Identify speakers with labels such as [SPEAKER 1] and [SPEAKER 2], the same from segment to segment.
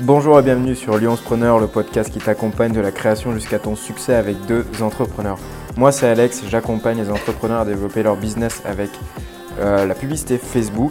[SPEAKER 1] Bonjour et bienvenue sur Lyonspreneur, le podcast qui t'accompagne de la création jusqu'à ton succès avec deux entrepreneurs. Moi c'est Alex, j'accompagne les entrepreneurs à développer leur business avec la publicité Facebook.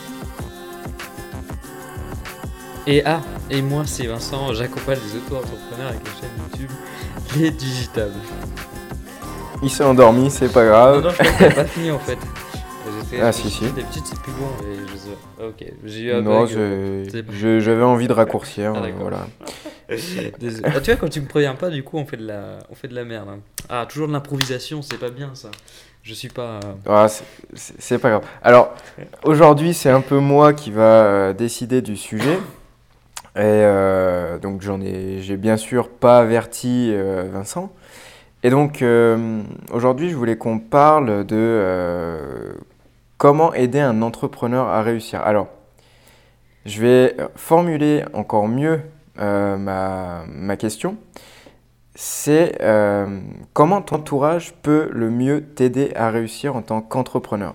[SPEAKER 2] Et moi c'est Vincent, j'accompagne les auto-entrepreneurs avec la chaîne YouTube Les Digitables.
[SPEAKER 1] Il s'est endormi, c'est pas grave.
[SPEAKER 2] Non, je crois que t'as pas fini en fait.
[SPEAKER 1] Si.
[SPEAKER 2] D'habitude c'est plus long et je sais pas. Ok, j'ai eu un
[SPEAKER 1] Non,
[SPEAKER 2] bug.
[SPEAKER 1] j'avais envie de raccourcir,
[SPEAKER 2] d'accord.
[SPEAKER 1] voilà.
[SPEAKER 2] Désolé. Tu vois, quand tu me préviens pas, du coup on fait de la merde. Hein. Ah, toujours de l'improvisation, c'est pas bien ça. Je suis pas...
[SPEAKER 1] C'est pas grave. Alors, aujourd'hui c'est un peu moi qui va décider du sujet. Et donc j'ai bien sûr pas averti Vincent. Et donc aujourd'hui je voulais qu'on parle de comment aider un entrepreneur à réussir. Alors je vais formuler encore mieux ma question. C'est comment ton entourage peut le mieux t'aider à réussir en tant qu'entrepreneur.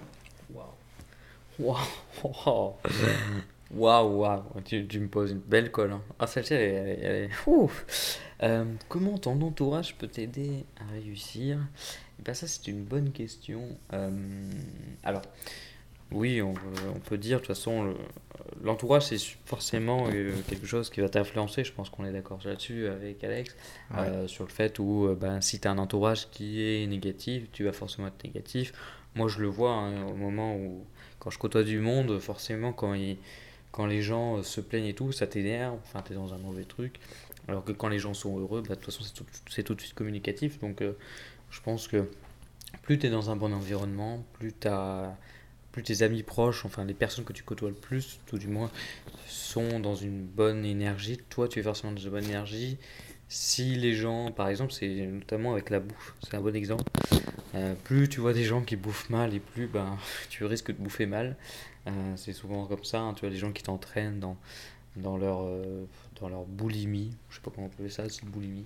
[SPEAKER 2] Waouh. Tu me poses une belle colle. Hein. Ah, celle-ci, elle est... Ouf. Comment ton entourage peut t'aider à réussir? Et ben ça, c'est une bonne question. Alors, oui, on peut dire, de toute façon, l'entourage, c'est forcément quelque chose qui va t'influencer. Je pense qu'on est d'accord là-dessus avec Alex.
[SPEAKER 1] Ouais.
[SPEAKER 2] Sur le fait où, si tu as un entourage qui est négatif, tu vas forcément être négatif. Moi, je le vois hein, au moment où, quand je côtoie du monde, forcément, quand les gens se plaignent et tout, ça t'énerve, enfin t'es dans un mauvais truc. Alors que quand les gens sont heureux, de toute façon c'est tout de suite communicatif. Donc je pense que plus t'es dans un bon environnement, plus tes amis proches, enfin les personnes que tu côtoies le plus, tout du moins, sont dans une bonne énergie. Toi tu es forcément dans une bonne énergie. Si les gens, par exemple, c'est notamment avec la bouffe, c'est un bon exemple. Plus tu vois des gens qui bouffent mal et plus tu risques de bouffer mal. C'est souvent comme ça, hein, tu vois, les gens qui t'entraînent dans leur boulimie, je sais pas comment on peut appeler ça, c'est boulimie.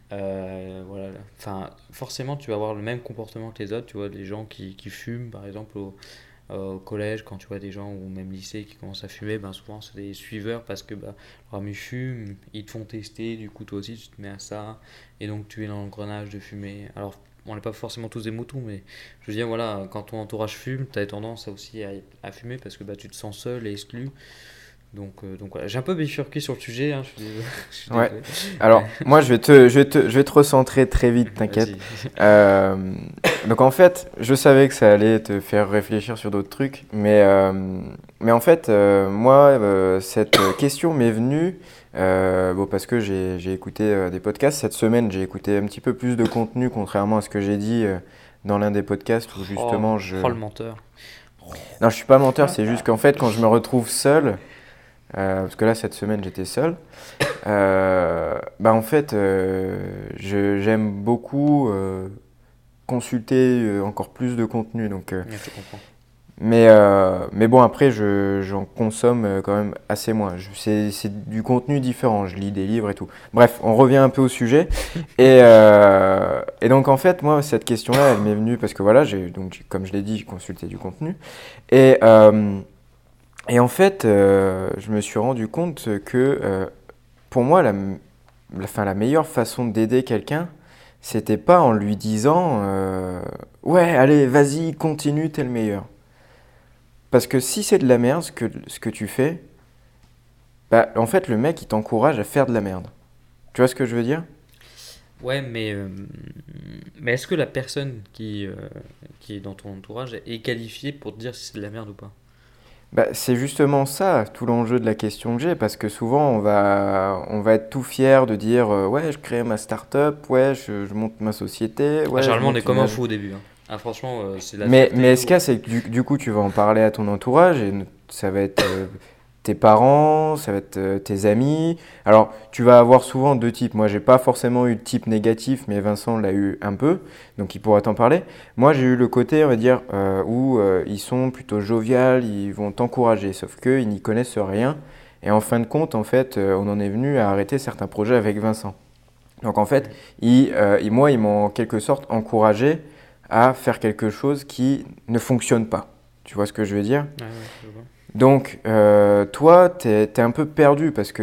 [SPEAKER 2] Voilà. Enfin, forcément, tu vas avoir le même comportement que les autres, tu vois, des gens qui fument, par exemple, au collège, quand tu vois des gens, ou même lycée, qui commencent à fumer, souvent c'est des suiveurs parce que leur ami fume, ils te font tester, du coup toi aussi tu te mets à ça, et donc tu es dans l'engrenage de fumer. Alors, on n'est pas forcément tous des moutons, mais je veux dire, voilà, quand ton entourage fume, tu as tendance aussi à fumer parce que tu te sens seul et exclu. Donc voilà, j'ai un peu bifurqué sur le sujet, hein, je suis
[SPEAKER 1] Ouais.
[SPEAKER 2] désolé.
[SPEAKER 1] Alors moi je vais te recentrer très vite, t'inquiète.
[SPEAKER 2] Vas-y.
[SPEAKER 1] Donc en fait, je savais que ça allait te faire réfléchir sur d'autres trucs, mais en fait, moi, cette question m'est venue parce que j'ai écouté des podcasts. Cette semaine, j'ai écouté un petit peu plus de contenu, contrairement à ce que j'ai dit dans l'un des podcasts où justement
[SPEAKER 2] le menteur.
[SPEAKER 1] Non, je suis pas menteur, c'est juste qu'en fait, quand je me retrouve seul, parce que là, cette semaine, j'étais seul, en fait, j'aime beaucoup consulter encore plus de contenu. Donc,
[SPEAKER 2] Je comprends.
[SPEAKER 1] mais bon, après, j'en consomme quand même assez moins. C'est du contenu différent. Je lis des livres et tout. Bref, on revient un peu au sujet. Et donc, en fait, moi, cette question-là, elle m'est venue parce que voilà, comme je l'ai dit, j'ai consulté du contenu. Et en fait, je me suis rendu compte que pour moi, la meilleure façon d'aider quelqu'un, c'était pas en lui disant ouais, allez, vas-y, continue, t'es le meilleur. Parce que si c'est de la merde ce que tu fais, en fait, le mec, il t'encourage à faire de la merde. Tu vois ce que je veux dire?
[SPEAKER 2] Ouais, mais est-ce que la personne qui est dans ton entourage est qualifiée pour te dire si c'est de la merde ou pas?
[SPEAKER 1] C'est justement ça, tout l'enjeu de la question que j'ai, parce que souvent, on va être tout fier de dire ouais, je crée ma start-up, ouais, je monte ma société, ouais, je
[SPEAKER 2] Généralement, on est
[SPEAKER 1] monte
[SPEAKER 2] comme
[SPEAKER 1] une
[SPEAKER 2] un
[SPEAKER 1] agence.
[SPEAKER 2] fou au début. Hein. Ah, franchement, c'est la
[SPEAKER 1] Mais
[SPEAKER 2] fierté.
[SPEAKER 1] ce qu'il y a, c'est que du coup, tu vas en parler à ton entourage et ça va être tes parents, ça va être tes amis. Alors, tu vas avoir souvent deux types. Moi, j'ai pas forcément eu de type négatif, mais Vincent l'a eu un peu, donc il pourra t'en parler. Moi, j'ai eu le côté, on va dire, où ils sont plutôt joviales, ils vont t'encourager, sauf qu'ils n'y connaissent rien. Et en fin de compte, en fait, on en est venu à arrêter certains projets avec Vincent. Donc en fait, moi, ils m'ont en quelque sorte encouragé à faire quelque chose qui ne fonctionne pas. Tu vois ce que je veux dire?
[SPEAKER 2] Ouais, je vois.
[SPEAKER 1] Donc toi, tu es un peu perdu parce que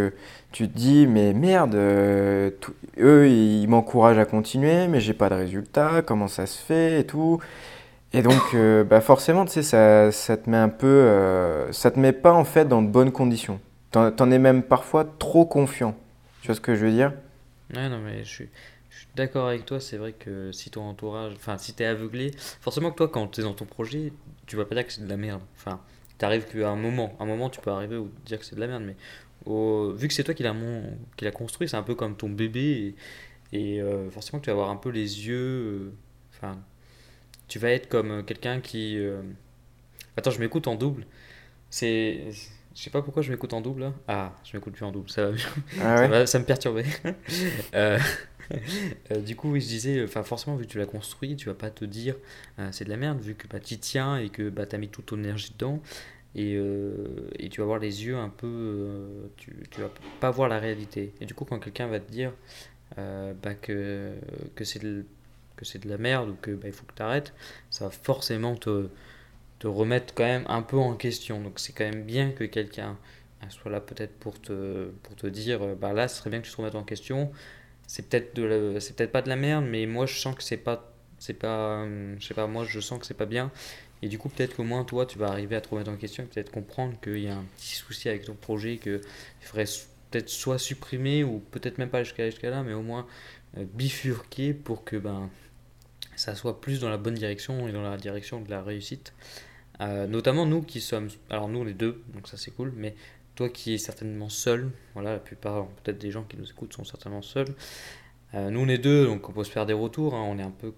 [SPEAKER 1] tu te dis, mais merde, eux, ils m'encouragent à continuer, mais j'ai pas de résultat, comment ça se fait et tout. Et donc, bah forcément, tu sais, ça te met un peu, ça te met pas en fait dans de bonnes conditions. T'en es même parfois trop confiant. Tu vois ce que je veux dire?
[SPEAKER 2] Ouais, non, mais je suis d'accord avec toi. C'est vrai que si ton entourage, enfin, si t'es aveuglé, forcément que toi, quand t'es dans ton projet, tu vas pas dire que c'est de la merde. Enfin, t'arrives qu'à un moment, tu peux arriver ou dire que c'est de la merde, mais vu que c'est toi qui l'a construit, c'est un peu comme ton bébé, forcément que tu vas avoir un peu les yeux, enfin, tu vas être comme quelqu'un qui. Attends, je m'écoute en double. C'est. Je sais pas pourquoi je m'écoute en double là. Ah, je m'écoute plus en double, ça va mieux.
[SPEAKER 1] Ah ouais?
[SPEAKER 2] Ça me perturbait. Euh, du coup, oui, je disais, enfin, forcément, vu que tu l'as construit, tu vas pas te dire c'est de la merde, vu que bah, tu tiens et que bah, tu as mis toute ton énergie dedans. Et tu vas avoir les yeux un peu. Tu vas pas voir la réalité. Et du coup, quand quelqu'un va te dire bah, que que c'est de la merde ou que bah, il faut que tu arrêtes, ça va forcément te remettre quand même un peu en question. Donc c'est quand même bien que quelqu'un soit là peut-être pour te dire bah là, ce serait bien que tu te remettes en question. C'est peut-être pas de la merde, mais moi je sens que je sais pas, moi je sens que c'est pas bien. Et du coup, peut-être qu'au moins toi, tu vas arriver à te remettre en question et peut-être comprendre qu'il y a un petit souci avec ton projet, qu'il faudrait peut-être soit supprimer ou peut-être même pas jusqu'à là, mais au moins bifurquer pour que ben, ça soit plus dans la bonne direction et dans la direction de la réussite. Notamment nous qui sommes, alors nous les deux, donc ça c'est cool, mais toi qui es certainement seul, voilà, la plupart peut-être des gens qui nous écoutent sont certainement seuls. Nous on est deux, donc on peut se faire des retours, hein, on est un peu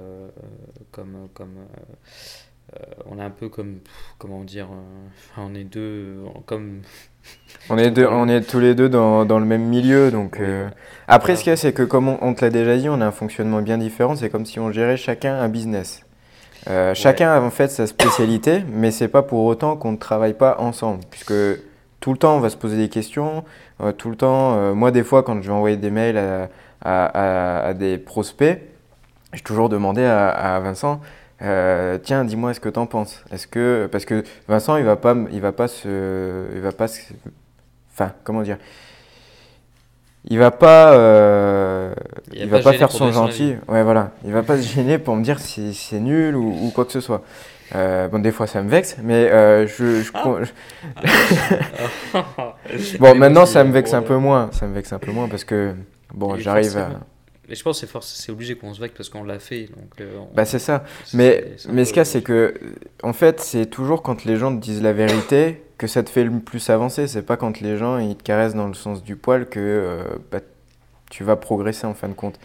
[SPEAKER 2] on est un peu comme, comment dire, enfin, on est deux, comme, je trouve pas le
[SPEAKER 1] On
[SPEAKER 2] mot.
[SPEAKER 1] est tous les deux dans le même milieu, donc
[SPEAKER 2] Oui,
[SPEAKER 1] après ce
[SPEAKER 2] voilà.
[SPEAKER 1] qu'il y a, c'est que comme on te l'a déjà dit, on a un fonctionnement bien différent. C'est comme si on gérait chacun un business.
[SPEAKER 2] Ouais,
[SPEAKER 1] Chacun a en fait sa spécialité, mais c'est pas pour autant qu'on ne travaille pas ensemble, puisque tout le temps on va se poser des questions, tout le temps. Moi, des fois, quand je vais envoyer des mails à des prospects, j'ai toujours demandé à Vincent, tiens, dis-moi ce que t'en penses. Est-ce que parce que Vincent, il va pas se, enfin, comment dire,
[SPEAKER 2] il n'y a
[SPEAKER 1] il va
[SPEAKER 2] pas
[SPEAKER 1] pas
[SPEAKER 2] gêné
[SPEAKER 1] faire
[SPEAKER 2] pour
[SPEAKER 1] son
[SPEAKER 2] donner son avis.
[SPEAKER 1] gentil. Ouais, voilà. Il va pas se gêner pour me dire si c'est nul ou quoi que ce soit. Bon, des fois ça me vexe, mais bon,
[SPEAKER 2] Mais moi
[SPEAKER 1] maintenant
[SPEAKER 2] aussi,
[SPEAKER 1] ça me vexe
[SPEAKER 2] bon,
[SPEAKER 1] un peu moins. Ça me vexe un peu moins parce que, bon,
[SPEAKER 2] et
[SPEAKER 1] j'arrive à.
[SPEAKER 2] forcément. Mais je pense que c'est obligé qu'on se vague parce qu'on l'a fait, donc
[SPEAKER 1] Bah, c'est ça.
[SPEAKER 2] c'est un
[SPEAKER 1] Mais
[SPEAKER 2] peu
[SPEAKER 1] ce qu'il y a, c'est
[SPEAKER 2] logique.
[SPEAKER 1] que, en fait, c'est toujours quand les gens te disent la vérité que ça te fait le plus avancer. C'est pas quand les gens ils te caressent dans le sens du poil que bah, tu vas progresser en fin de compte.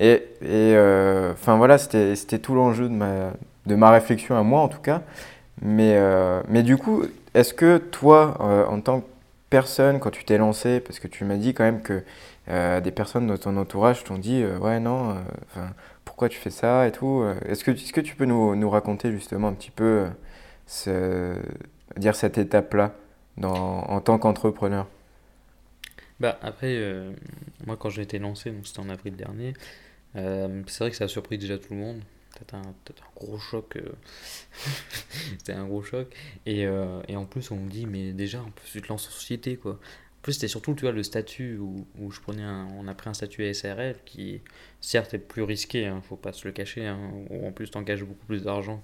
[SPEAKER 1] Enfin voilà, c'était tout l'enjeu de ma réflexion à moi en tout cas. Mais du coup, est-ce que toi, en tant que personne, quand tu t'es lancé, parce que tu m'as dit quand même que des personnes de ton entourage t'ont dit ouais, non, enfin, pourquoi tu fais ça et tout. Est-ce que tu peux nous raconter justement un petit peu ce, dire cette étape-là en tant qu'entrepreneur?
[SPEAKER 2] Bah après, moi quand j'ai été lancé, donc c'était en avril dernier, c'est vrai que ça a surpris déjà tout le monde. Peut-être un gros choc. C'était un gros choc. Et en plus, on me dit, mais déjà, en plus, tu te lances en société, quoi. En plus, c'était surtout, tu vois, le statut où on a pris un statut SARL qui, certes, est plus risqué, hein, faut pas se le cacher, hein, où en plus, t'engages beaucoup plus d'argent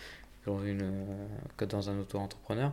[SPEAKER 2] que dans un auto-entrepreneur.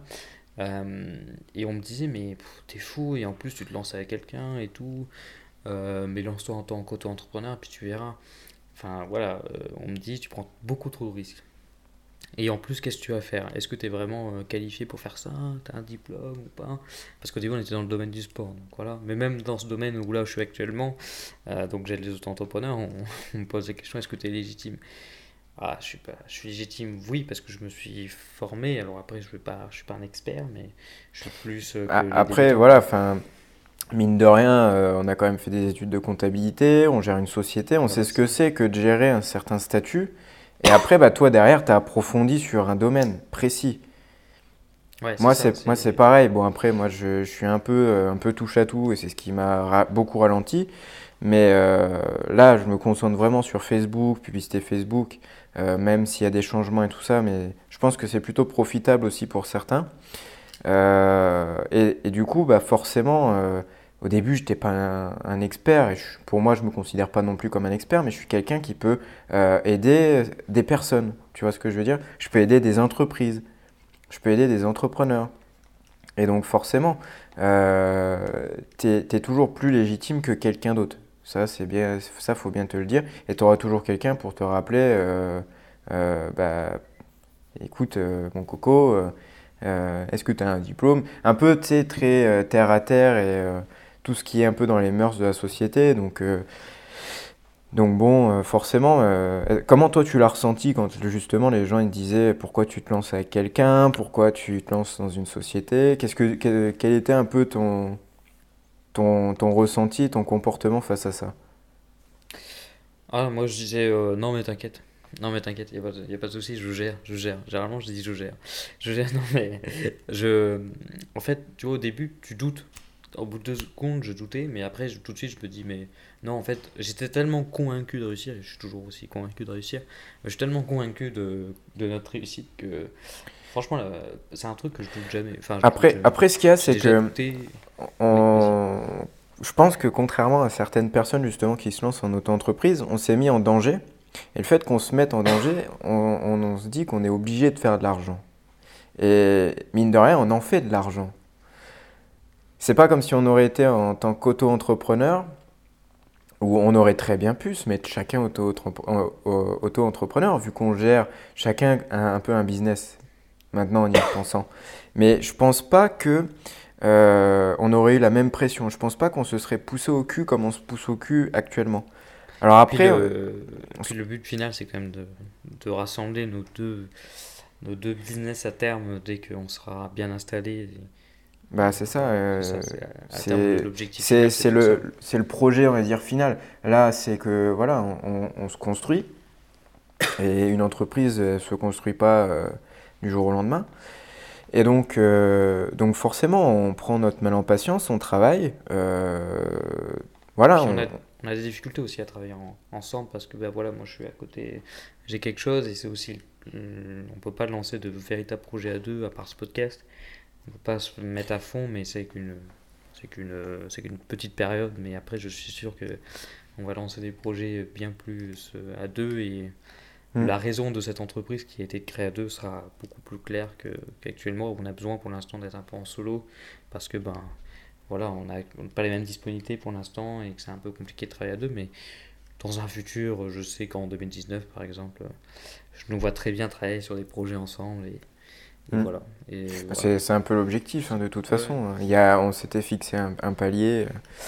[SPEAKER 2] Et on me disait, mais pff, t'es fou, et en plus, tu te lances avec quelqu'un et tout. Mais lance-toi en tant qu'auto-entrepreneur, puis tu verras. Enfin, voilà, on me dit, tu prends beaucoup trop de risques. Et en plus, qu'est-ce que tu vas faire? Est-ce que tu es vraiment qualifié pour faire ça? Tu as un diplôme ou pas? Parce qu'au début, on était dans le domaine du sport. Donc voilà. Mais même dans ce domaine où là où je suis actuellement, donc j'aide les auto-entrepreneurs, on me pose la question, est-ce que tu es légitime? Ah, je suis légitime, oui, parce que je me suis formé. Alors après, je suis pas un expert, mais je suis plus que les
[SPEAKER 1] Après,
[SPEAKER 2] débutants,
[SPEAKER 1] voilà,
[SPEAKER 2] quoi.
[SPEAKER 1] enfin, mine de rien, on a quand même fait des études de comptabilité, on gère une société, on sait
[SPEAKER 2] Voilà,
[SPEAKER 1] ce
[SPEAKER 2] c'est
[SPEAKER 1] que
[SPEAKER 2] ça.
[SPEAKER 1] c'est que de gérer un certain statut. Et après, bah, toi, derrière, tu as approfondi sur un domaine précis.
[SPEAKER 2] Ouais, c'est ça.
[SPEAKER 1] Moi, c'est
[SPEAKER 2] C'est
[SPEAKER 1] pareil. Bon, après, je suis un peu touche à tout et c'est ce qui beaucoup ralenti. Mais là, je me concentre vraiment sur Facebook, publicité Facebook, même s'il y a des changements et tout ça. Mais je pense que c'est plutôt profitable aussi pour certains. Et du coup, bah, forcément, au début, je n'étais pas un expert, et pour moi, je ne me considère pas non plus comme un expert, mais je suis quelqu'un qui peut aider des personnes. Tu vois ce que je veux dire? Je peux aider des entreprises, je peux aider des entrepreneurs. Et donc forcément, tu es toujours plus légitime que quelqu'un d'autre. Ça, c'est bien, ça, faut bien te le dire. Et tu auras toujours quelqu'un pour te rappeler, bah, écoute, mon coco, est-ce que tu as un diplôme? Un peu, tu sais, très terre à terre et tout ce qui est un peu dans les mœurs de la société. Donc bon, forcément, comment toi tu l'as ressenti quand justement les gens ils te disaient pourquoi tu te lances avec quelqu'un, pourquoi tu te lances dans une société? Quel était un peu ton ressenti, ton comportement face à ça?
[SPEAKER 2] Ah, moi je disais non mais t'inquiète. Non mais t'inquiète, y a pas de souci, je gère, je gère. Généralement je dis je gère. Je gère, non mais je... En fait, tu vois, au début, tu doutes. Au bout de 2 secondes, je doutais, mais après, tout de suite, je me dis, mais non, en fait, j'étais tellement convaincu de réussir, et je suis toujours aussi convaincu de réussir, mais je suis tellement convaincu de notre réussite que, franchement, là, c'est un truc que je doute jamais. Enfin, je doute jamais.
[SPEAKER 1] Après, ce qu'il y a,
[SPEAKER 2] J'ai
[SPEAKER 1] c'est
[SPEAKER 2] déjà
[SPEAKER 1] que
[SPEAKER 2] douté. Oui, vas-y.
[SPEAKER 1] on- je pense que contrairement à certaines personnes justement qui se lancent en auto-entreprise, on s'est mis en danger. Et le fait qu'on se mette en danger, on se dit qu'on est obligé de faire de l'argent. Et mine de rien, on en fait de l'argent. C'est pas comme si on aurait été en tant qu'auto-entrepreneur, où on aurait très bien pu se mettre chacun auto-entrepreneur, vu qu'on gère chacun un peu un business, maintenant en y repensant. Mais je pense pas que on aurait eu la même pression. Je pense pas qu'on se serait poussé au cul comme on se pousse au cul actuellement. Alors
[SPEAKER 2] Puis
[SPEAKER 1] après,
[SPEAKER 2] puis le but final, c'est quand même de rassembler nos deux business à terme dès qu'on sera bien installé.
[SPEAKER 1] bah
[SPEAKER 2] Et
[SPEAKER 1] c'est ça.
[SPEAKER 2] voilà, c'est ça, c'est à terme l'objectif final, c'est de faire ça.
[SPEAKER 1] C'est le projet, on va dire, final. Là, c'est que voilà, on se construit et une entreprise ne se construit pas du jour au lendemain. Et donc forcément, on prend notre mal en patience, on travaille. Voilà,
[SPEAKER 2] Puis on a des difficultés aussi à travailler ensemble parce que bah voilà, moi je suis à côté, j'ai quelque chose et c'est aussi, on peut pas lancer de véritables projets à deux à part ce podcast. On peut pas se mettre à fond, mais c'est qu'une petite période. Mais après, je suis sûr que on va lancer des projets bien plus à deux et
[SPEAKER 1] hmm,
[SPEAKER 2] la raison de cette entreprise qui a été créée à deux sera beaucoup plus claire qu'actuellement où on a besoin pour l'instant d'être un peu en solo parce que ben voilà, on n'a pas les mêmes disponibilités pour l'instant et que c'est un peu compliqué de travailler à deux, mais dans un futur, je sais qu'en 2019 par exemple, je nous vois très bien travailler sur des projets ensemble et
[SPEAKER 1] hmm.
[SPEAKER 2] voilà. Et voilà.
[SPEAKER 1] C'est un peu l'objectif hein, de toute
[SPEAKER 2] Ouais.
[SPEAKER 1] façon. On s'était fixé un palier,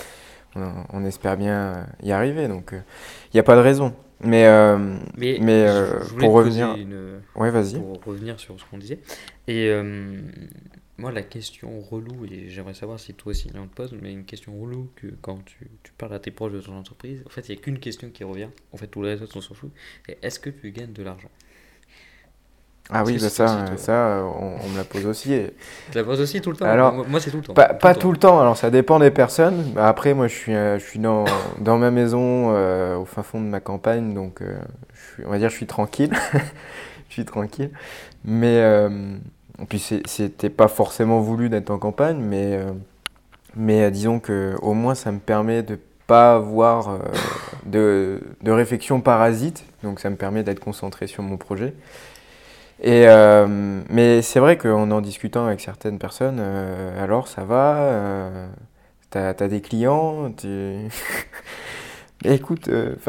[SPEAKER 1] on espère bien y arriver, donc il n'y a pas de raison. Mais, euh,
[SPEAKER 2] Mais je voulais
[SPEAKER 1] pour
[SPEAKER 2] te
[SPEAKER 1] revenir,
[SPEAKER 2] poser une.
[SPEAKER 1] ouais, vas-y.
[SPEAKER 2] Pour revenir sur ce qu'on disait. Et moi, la question relou, et j'aimerais savoir si toi aussi on te pose, mais une question relou que quand tu parles à tes proches de ton entreprise, en fait, il n'y a qu'une question qui revient. En fait, tous les autres, on s'en fout. Et est-ce que tu gagnes de l'argent?
[SPEAKER 1] Ah
[SPEAKER 2] Est-ce
[SPEAKER 1] oui,
[SPEAKER 2] que
[SPEAKER 1] bah
[SPEAKER 2] c'est aussi
[SPEAKER 1] ça,
[SPEAKER 2] toi?
[SPEAKER 1] ça, on me la pose aussi.
[SPEAKER 2] Tu la poses aussi tout le temps?
[SPEAKER 1] Alors,
[SPEAKER 2] Moi, c'est tout le temps. Tout le
[SPEAKER 1] pas
[SPEAKER 2] temps.
[SPEAKER 1] tout le temps, alors ça dépend des personnes. Bah, après, moi, je suis dans ma maison, au fin fond de ma campagne, donc on va dire, je suis tranquille. Je suis tranquille. Mais, et puis, c'était pas forcément voulu d'être en campagne, mais disons que au moins, ça me permet de pas avoir de réflexion parasite, donc ça me permet d'être concentré sur mon projet. Mais c'est vrai qu'en en discutant avec certaines personnes, alors ça va, t'as des clients, écoute,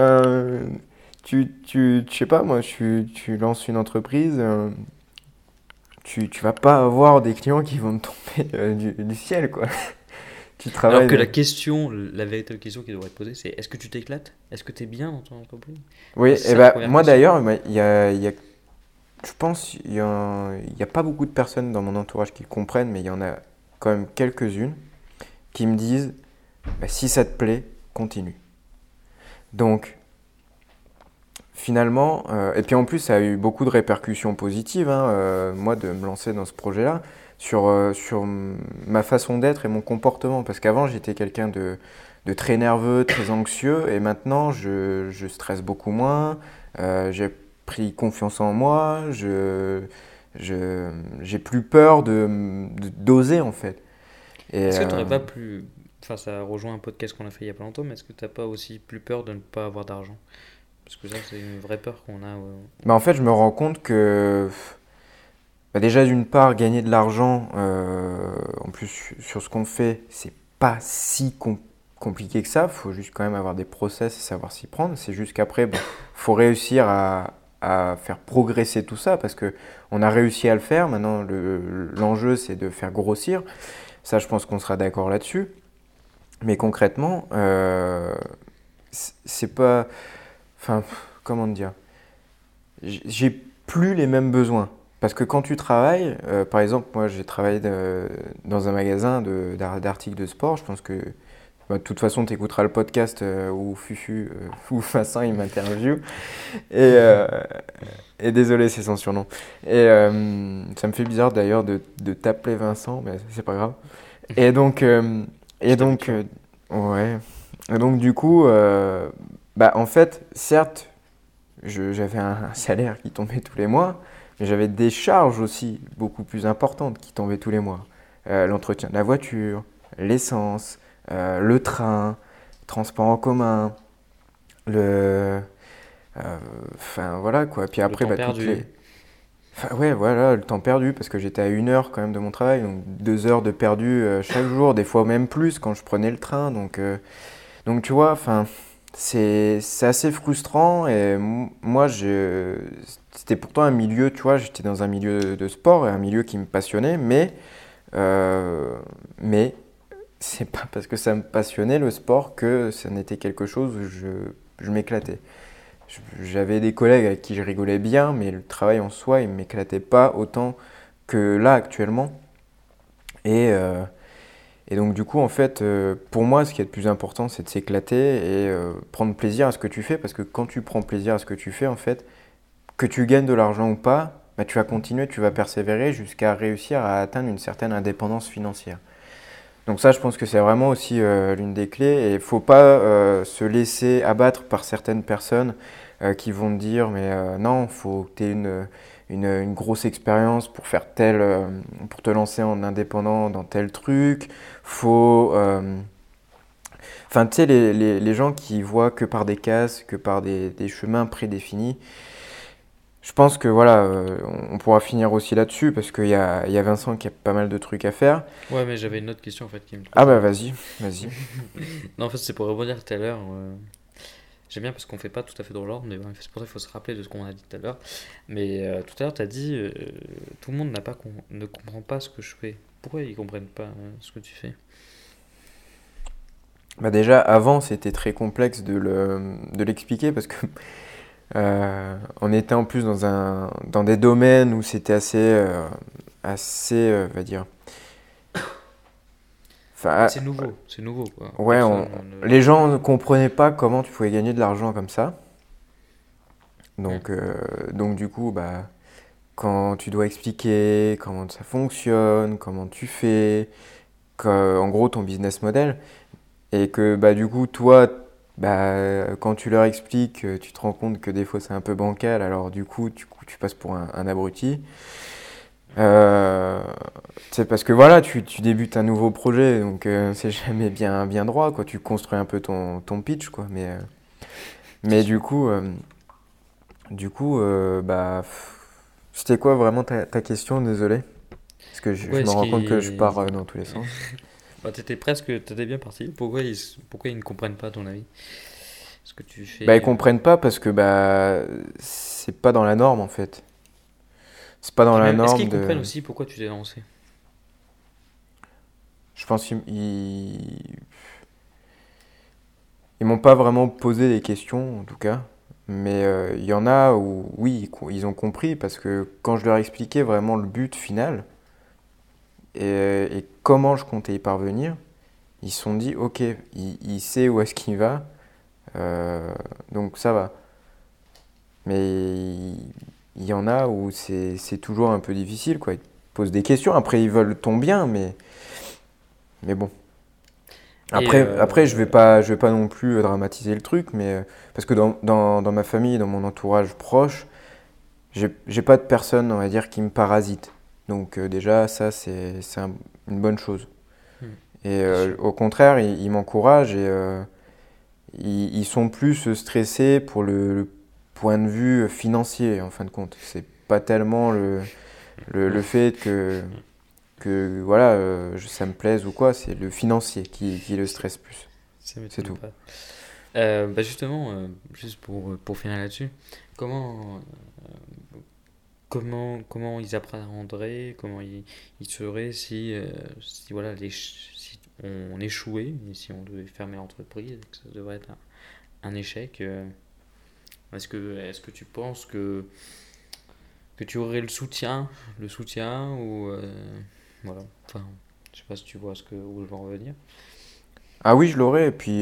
[SPEAKER 1] je sais pas moi, tu lances une entreprise, tu vas pas avoir des clients qui vont te tomber du ciel, quoi. Tu
[SPEAKER 2] Alors
[SPEAKER 1] travailles.
[SPEAKER 2] que la véritable question qui devrait être posée, c'est est-ce que tu t'éclates? Est-ce que tu es bien dans ton entreprise?
[SPEAKER 1] Oui,
[SPEAKER 2] Moi, c'est
[SPEAKER 1] et
[SPEAKER 2] ça la
[SPEAKER 1] ben
[SPEAKER 2] première
[SPEAKER 1] moi
[SPEAKER 2] question.
[SPEAKER 1] d'ailleurs, bah, je pense il y a pas beaucoup de personnes dans mon entourage qui le comprennent, mais il y en a quand même quelques-unes qui me disent bah, si ça te plaît, continue. Donc finalement, et puis en plus ça a eu beaucoup de répercussions positives, hein, moi de me lancer dans ce projet-là, sur ma façon d'être et mon comportement. Parce qu'avant j'étais quelqu'un de très nerveux, très anxieux, et maintenant je stresse beaucoup moins, j'ai pris confiance en moi, j'ai plus peur d'oser en fait. Et
[SPEAKER 2] Est-ce que tu n'aurais pas pu enfin, ça rejoint un podcast qu'on a fait il y a pas longtemps, mais est-ce que t'as pas aussi plus peur de ne pas avoir d'argent? Parce que ça, c'est une vraie peur qu'on a.
[SPEAKER 1] Bah, en fait, je me rends compte que bah, déjà d'une part, gagner de l'argent, en plus sur ce qu'on fait, c'est pas si compliqué que ça. Faut juste quand même avoir des process et savoir s'y prendre. C'est juste qu'après, bon, faut réussir à faire progresser tout ça parce que on a réussi à le faire. Maintenant, l'enjeu, c'est de faire grossir. Ça, je pense qu'on sera d'accord là-dessus. Mais concrètement, c'est pas. Enfin, comment te dire? J'ai plus les mêmes besoins. Parce que quand tu travailles, par exemple, moi j'ai travaillé dans un magasin d'articles de sport. Je pense que bah, de toute façon tu écouteras le podcast où Fufu ou Vincent il m'interviewe. Et, euh, et désolé, c'est son surnom. Ça me fait bizarre d'ailleurs de t'appeler Vincent, mais c'est pas grave. Et donc, euh, et
[SPEAKER 2] Tu
[SPEAKER 1] donc
[SPEAKER 2] t'habitueras.
[SPEAKER 1] ouais. Et donc du coup, bah, en fait, certes, j'avais un salaire qui tombait tous les mois, mais j'avais des charges aussi beaucoup plus importantes qui tombaient tous les mois. L'entretien de la voiture, l'essence, le train, transport en commun, le... Enfin voilà quoi. Puis
[SPEAKER 2] Le
[SPEAKER 1] après,
[SPEAKER 2] temps
[SPEAKER 1] bah, toutes les...
[SPEAKER 2] perdu.
[SPEAKER 1] Enfin ouais, voilà, le temps perdu parce que j'étais à 1 heure quand même de mon travail, donc 2 heures de perdu chaque jour, des fois même plus quand je prenais le train. Donc tu vois, enfin, c'est assez frustrant et moi, c'était pourtant un milieu, tu vois, j'étais dans un milieu de sport et un milieu qui me passionnait, mais c'est pas parce que ça me passionnait le sport que ça n'était quelque chose où je m'éclatais. J'avais des collègues avec qui je rigolais bien, mais le travail en soi, il ne m'éclatait pas autant que là actuellement. Et, euh, et donc du coup, en fait, pour moi, ce qui est le plus important, c'est de s'éclater et prendre plaisir à ce que tu fais, parce que quand tu prends plaisir à ce que tu fais, en fait, que tu gagnes de l'argent ou pas, bah, tu vas continuer, tu vas persévérer jusqu'à réussir à atteindre une certaine indépendance financière. Donc ça, je pense que c'est vraiment aussi l'une des clés et il ne faut pas se laisser abattre par certaines personnes qui vont te dire, mais non, il faut que tu aies une grosse expérience pour faire pour te lancer en indépendant dans tel truc. Faut, enfin, tu sais, les gens qui voient que par des cases, que par des chemins prédéfinis, je pense que voilà, on pourra finir aussi là-dessus parce qu'il y a Vincent qui a pas mal de trucs à faire.
[SPEAKER 2] Ouais, mais j'avais une autre question en fait qui me
[SPEAKER 1] Ah bah
[SPEAKER 2] trottait.
[SPEAKER 1] vas-y, vas-y.
[SPEAKER 2] Non, en fait, c'est pour rebondir tout à l'heure. J'aime bien parce qu'on fait pas tout à fait dans l'ordre, mais ouais, c'est pour ça qu'il faut se rappeler de ce qu'on a dit tout à l'heure. Mais tout à l'heure, tu as dit tout le monde ne comprend pas ce que je fais. Pourquoi ils comprennent pas ce que tu fais?
[SPEAKER 1] Bah déjà, avant, c'était très complexe de l'expliquer parce que on était en plus dans des domaines où c'était on va dire,
[SPEAKER 2] Bah,
[SPEAKER 1] enfin,
[SPEAKER 2] c'est nouveau quoi.
[SPEAKER 1] ouais,
[SPEAKER 2] Personne
[SPEAKER 1] les
[SPEAKER 2] ne.
[SPEAKER 1] gens ne comprenaient pas comment tu pouvais gagner de l'argent comme ça.
[SPEAKER 2] Hmm.
[SPEAKER 1] Donc du coup, bah, quand tu dois expliquer comment ça fonctionne, comment tu fais, en gros ton business model, et que bah, du coup, toi, bah, quand tu leur expliques, tu te rends compte que des fois c'est un peu bancal, alors du coup, tu passes pour un abruti. Euh, c'est parce que voilà, tu débutes un nouveau projet, donc c'est jamais bien droit, quoi. Tu construis un peu ton pitch, quoi.
[SPEAKER 2] C'est
[SPEAKER 1] Mais
[SPEAKER 2] sûr.
[SPEAKER 1] du coup, bah, c'était quoi vraiment ta question, désolé? Parce que je
[SPEAKER 2] Pourquoi
[SPEAKER 1] me
[SPEAKER 2] est-ce
[SPEAKER 1] rends compte que je pars
[SPEAKER 2] qu'ils.
[SPEAKER 1] dans tous les sens.
[SPEAKER 2] Bah, t'étais bien parti. Pourquoi ils ne comprennent pas, à ton avis, ce que tu
[SPEAKER 1] Bah, ils
[SPEAKER 2] fais
[SPEAKER 1] comprennent pas parce que bah, c'est pas dans la norme en fait. C'est pas dans
[SPEAKER 2] Puis
[SPEAKER 1] la
[SPEAKER 2] même, est-ce
[SPEAKER 1] norme
[SPEAKER 2] qu'ils
[SPEAKER 1] de.
[SPEAKER 2] comprennent aussi pourquoi tu t'es lancé?
[SPEAKER 1] Je pense qu'ils m'ont pas vraiment posé des questions en tout cas. Mais il y en a où oui, ils ont compris parce que quand je leur expliquais vraiment le but final et comment je comptais y parvenir, ils se sont dit ok, il sait où est-ce qu'il va, donc ça va. Mais il y en a où c'est toujours un peu difficile, quoi. Ils te posent des questions, après ils veulent ton bien, mais bon.
[SPEAKER 2] Et
[SPEAKER 1] Après je vais pas non plus dramatiser le truc, parce que dans ma famille, dans mon entourage proche, j'ai pas de personne, on va dire, qui me parasite. Donc déjà, ça, c'est une bonne chose.
[SPEAKER 2] hmm.
[SPEAKER 1] Et
[SPEAKER 2] c'est sûr.
[SPEAKER 1] au contraire, ils m'encouragent et ils sont plus stressés pour le point de vue financier, en fin de compte. C'est pas tellement le fait que voilà, ça me plaise ou quoi, c'est le financier qui le stresse plus.
[SPEAKER 2] Ça
[SPEAKER 1] C'est
[SPEAKER 2] m'étonne
[SPEAKER 1] tout.
[SPEAKER 2] pas. Bah justement, juste pour finir là-dessus, comment, comment ils appréhenderaient, comment ils seraient si voilà, si on échouait, et si on devait fermer l'entreprise, que ça devrait être un échec. Est-ce que tu penses que tu aurais le soutien ou voilà, enfin, je sais pas si tu vois où je veux en venir.
[SPEAKER 1] Ah oui, je l'aurais, et puis...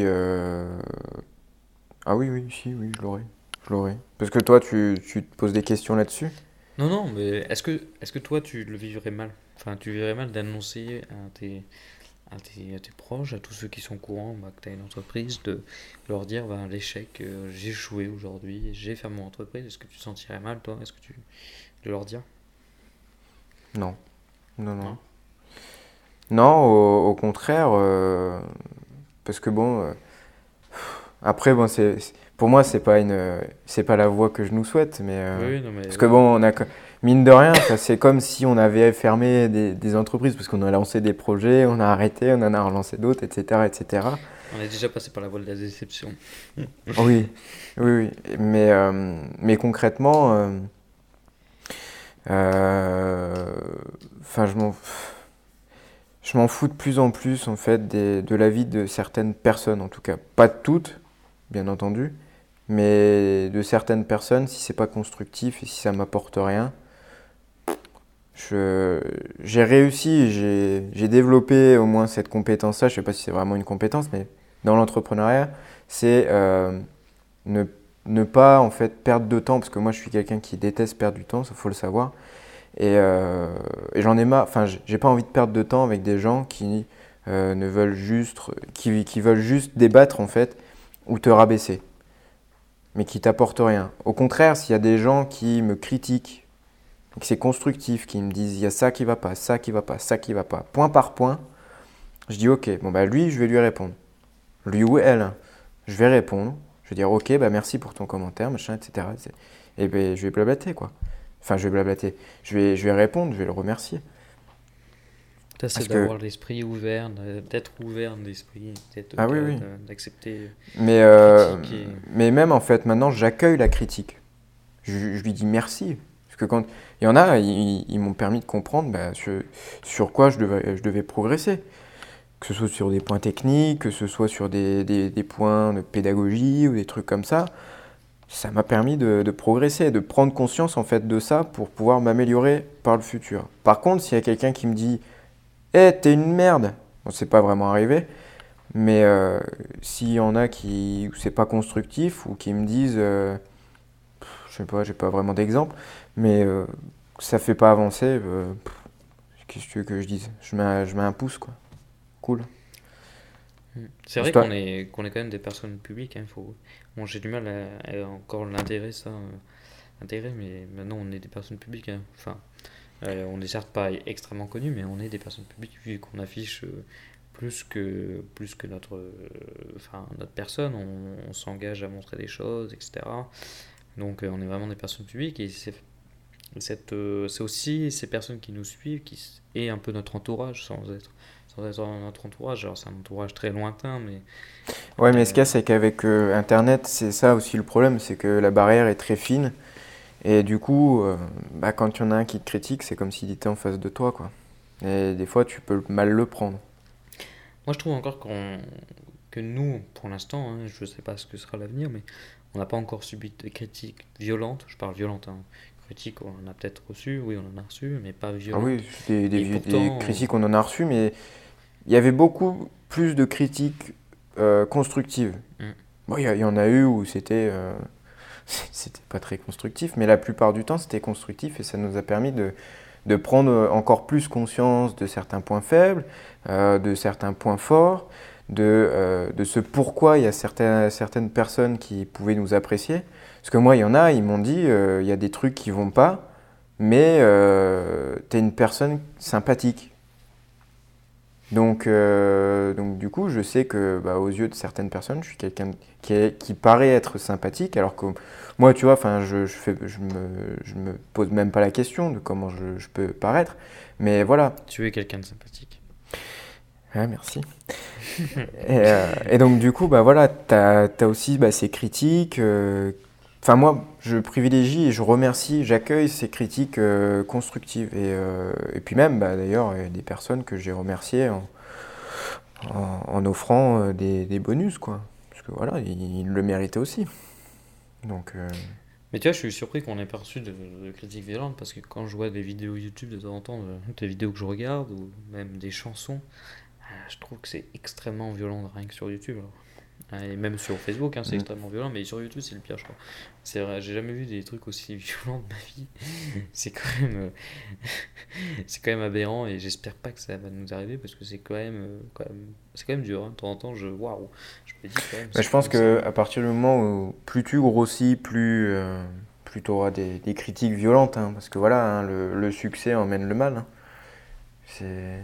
[SPEAKER 1] Ah oui, oui, si, oui, je l'aurais. Je l'aurais. Parce que toi, tu te poses des questions là-dessus?
[SPEAKER 2] Non, non, mais est-ce que toi tu le vivrais mal? Enfin, tu vivrais mal d'annoncer à tes proches, à tous ceux qui sont au courant bah, que tu as une entreprise, de leur dire bah, l'échec, j'ai échoué aujourd'hui, j'ai fermé mon entreprise. Est-ce que tu te sentirais mal, toi? Est-ce que tu de leur dire?
[SPEAKER 1] Non. Non, non.
[SPEAKER 2] Non?
[SPEAKER 1] Non, au contraire, parce que bon, après, bon, pour moi, c'est pas la voie que je nous souhaite, mais
[SPEAKER 2] Oui, oui, non, mais
[SPEAKER 1] parce que
[SPEAKER 2] oui.
[SPEAKER 1] bon, mine de rien, enfin, c'est comme si on avait fermé des entreprises parce qu'on a lancé des projets, on a arrêté, on en a relancé d'autres, etc., etc.
[SPEAKER 2] On est déjà passé par la voie de la déception.
[SPEAKER 1] Oui, oui, oui, mais concrètement, euh, enfin, je m'en fous de plus en plus en fait de la vie de certaines personnes, en tout cas, pas de toutes, bien entendu. Mais de certaines personnes, si c'est pas constructif et si ça m'apporte rien, je, j'ai réussi, j'ai développé au moins cette compétence-là. Je sais pas si c'est vraiment une compétence, mais dans l'entrepreneuriat, c'est ne, ne pas en fait perdre de temps, parce que moi je suis quelqu'un qui déteste perdre du temps, ça faut le savoir. Et j'en ai marre, enfin j'ai pas envie de perdre de temps avec des gens qui ne veulent juste, qui veulent juste débattre en fait ou te rabaisser, mais qui t'apportent rien. Au contraire, s'il y a des gens qui me critiquent, que c'est constructif, qui me disent il y a ça qui va pas, ça qui va pas, ça qui va pas, point par point, je dis ok, bon bah lui, je vais lui répondre. Lui ou elle, hein. Je vais répondre. Je vais dire ok, bah merci pour ton commentaire, machin, etc. Et ben je vais blablater quoi. Enfin, je vais blablater. Je vais répondre, je vais le remercier.
[SPEAKER 2] T'essaies
[SPEAKER 1] Parce que,
[SPEAKER 2] d'avoir l'esprit ouvert, d'être ouvert d'esprit, d'être
[SPEAKER 1] ah oui,
[SPEAKER 2] capable
[SPEAKER 1] oui.
[SPEAKER 2] d'accepter
[SPEAKER 1] Mais,
[SPEAKER 2] la critique et
[SPEAKER 1] mais même en fait, maintenant, j'accueille la critique. Je lui dis merci. Parce que quand il y en a, ils m'ont permis de comprendre bah, sur quoi je devais progresser. Que ce soit sur des points techniques, que ce soit sur des points de pédagogie ou des trucs comme ça. Ça m'a permis de progresser, de prendre conscience en fait de ça pour pouvoir m'améliorer par le futur. Par contre, s'il y a quelqu'un qui me dit «Eh, t'es une merde!» Bon, c'est pas vraiment arrivé, mais s'il y en a qui où c'est pas constructif ou qui me disent je sais pas, j'ai pas vraiment d'exemple, mais ça fait pas avancer, qu'est-ce que tu veux que je dise? Je mets un pouce, quoi. Cool.
[SPEAKER 2] c'est
[SPEAKER 1] Et
[SPEAKER 2] vrai
[SPEAKER 1] toi?
[SPEAKER 2] qu'on est quand même des personnes publiques. Hein, bon, j'ai du mal à encore l'intégrer, ça. Intégrer, mais maintenant on est des personnes publiques. Hein. Enfin, on n'est certes pas extrêmement connus, mais on est des personnes publiques vu qu'on affiche plus que notre personne. On s'engage à montrer des choses, etc. Donc on est vraiment des personnes publiques et c'est aussi ces personnes qui nous suivent et un peu notre entourage sans être notre entourage. Alors c'est un entourage très lointain, mais
[SPEAKER 1] Ouais, mais ce
[SPEAKER 2] euh,
[SPEAKER 1] qu'il y a, c'est qu'avec Internet, c'est ça aussi le problème, c'est que la barrière est très fine. Et du coup, bah, quand il y en a un qui te critique, c'est comme s'il était en face de toi, quoi. Et des fois, tu peux mal le prendre.
[SPEAKER 2] moi je trouve encore que nous, pour l'instant, hein, je ne sais pas ce que sera l'avenir, mais on n'a pas encore subi de critiques violentes. Je parle violente, hein. Critiques, on en a peut-être reçu, oui, on en a reçu, mais pas
[SPEAKER 1] Ah oui,
[SPEAKER 2] violentes. Et
[SPEAKER 1] des
[SPEAKER 2] pourtant,
[SPEAKER 1] critiques, on en a reçu, mais il y avait beaucoup plus de critiques constructives.
[SPEAKER 2] on-
[SPEAKER 1] Bon, il y en a eu où c'était pas très constructif, mais la plupart du temps, c'était constructif et ça nous a permis de prendre encore plus conscience de certains points faibles, de certains points forts, de ce pourquoi il y a certaines personnes qui pouvaient nous apprécier. Parce que moi, il y en a, ils m'ont dit, il y a des trucs qui vont pas, mais t'es une personne sympathique. Donc du coup, je sais que aux yeux de certaines personnes, je suis quelqu'un qui paraît être sympathique, alors que moi, tu vois, enfin, je me pose même pas la question de comment je peux paraître. Mais voilà.
[SPEAKER 2] Tu es quelqu'un de sympathique.
[SPEAKER 1] Ah, merci. Et donc du coup, voilà, t'as aussi ces critiques. Enfin moi, je privilégie et je remercie, j'accueille ces critiques constructives. Et puis même, d'ailleurs, il y a des personnes que j'ai remerciées en offrant des bonus, quoi. Parce que voilà, ils le méritaient aussi. Donc,
[SPEAKER 2] Mais tu vois, je suis surpris qu'on ait pas reçu de critiques violentes parce que quand je vois des vidéos YouTube de temps en temps, des vidéos que je regarde ou même des chansons, je trouve que c'est extrêmement violent rien que sur YouTube. Alors. Et même sur Facebook, c'est
[SPEAKER 1] mm.
[SPEAKER 2] extrêmement violent, mais sur YouTube, c'est le pire, je crois. C'est vrai, j'ai jamais vu des trucs aussi violents de ma vie. C'est quand même, c'est quand même aberrant et j'espère pas que ça va nous arriver parce que c'est c'est quand même dur. Hein. De temps en temps, waouh, je me dis quand même,
[SPEAKER 1] Mais
[SPEAKER 2] c'est
[SPEAKER 1] je
[SPEAKER 2] quand
[SPEAKER 1] pense
[SPEAKER 2] même ça.
[SPEAKER 1] que à partir du moment où plus tu grossis, plus tu auras des critiques violentes, hein, parce que voilà, hein, le succès emmène le mal. Hein. C'est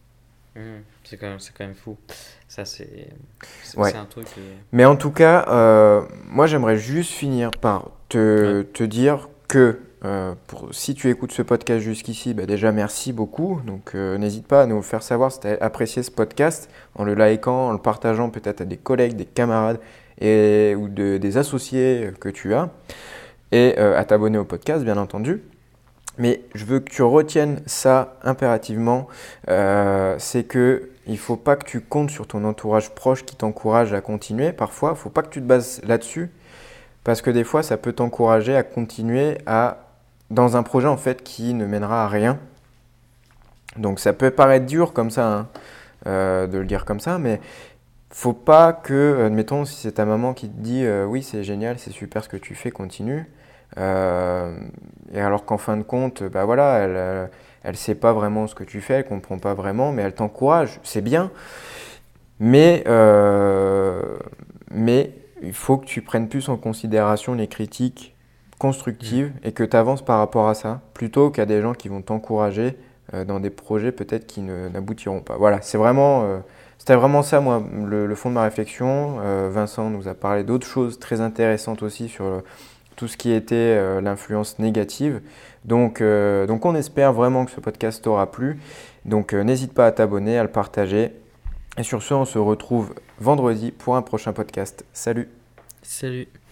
[SPEAKER 2] C'est quand même fou. Ça,
[SPEAKER 1] Ouais.
[SPEAKER 2] c'est un truc.
[SPEAKER 1] Mais en tout cas, moi j'aimerais juste finir par
[SPEAKER 2] Ouais.
[SPEAKER 1] te dire que si tu écoutes ce podcast jusqu'ici, déjà merci beaucoup. Donc n'hésite pas à nous faire savoir si tu as apprécié ce podcast en le likant, en le partageant peut-être à des collègues, des camarades ou des associés que tu as. Et à t'abonner au podcast, bien entendu. Mais je veux que tu retiennes ça impérativement, c'est que il faut pas que tu comptes sur ton entourage proche qui t'encourage à continuer. Parfois, il faut pas que tu te bases là-dessus, parce que des fois, ça peut t'encourager à continuer dans un projet en fait qui ne mènera à rien. Donc ça peut paraître dur comme ça, hein, de le dire comme ça, mais faut pas que, admettons, si c'est ta maman qui te dit oui, c'est génial, c'est super ce que tu fais, continue. Euh, et alors qu'en fin de compte, voilà, elle sait pas vraiment ce que tu fais, elle comprend pas vraiment, mais elle t'encourage, c'est bien. Mais, euh, mais il faut que tu prennes plus en considération les critiques
[SPEAKER 2] Mm.
[SPEAKER 1] constructives et que tu avances par rapport à ça, plutôt qu'à des gens qui vont t'encourager dans des projets peut-être qui n'aboutiront pas. Voilà, c'était vraiment ça, moi, le fond de ma réflexion. Vincent nous a parlé d'autres choses très intéressantes aussi sur tout ce qui était l'influence négative. Donc on espère vraiment que ce podcast t'aura plu. Donc n'hésite pas à t'abonner, à le partager. Et sur ce, on se retrouve vendredi pour un prochain podcast. Salut!
[SPEAKER 2] Salut.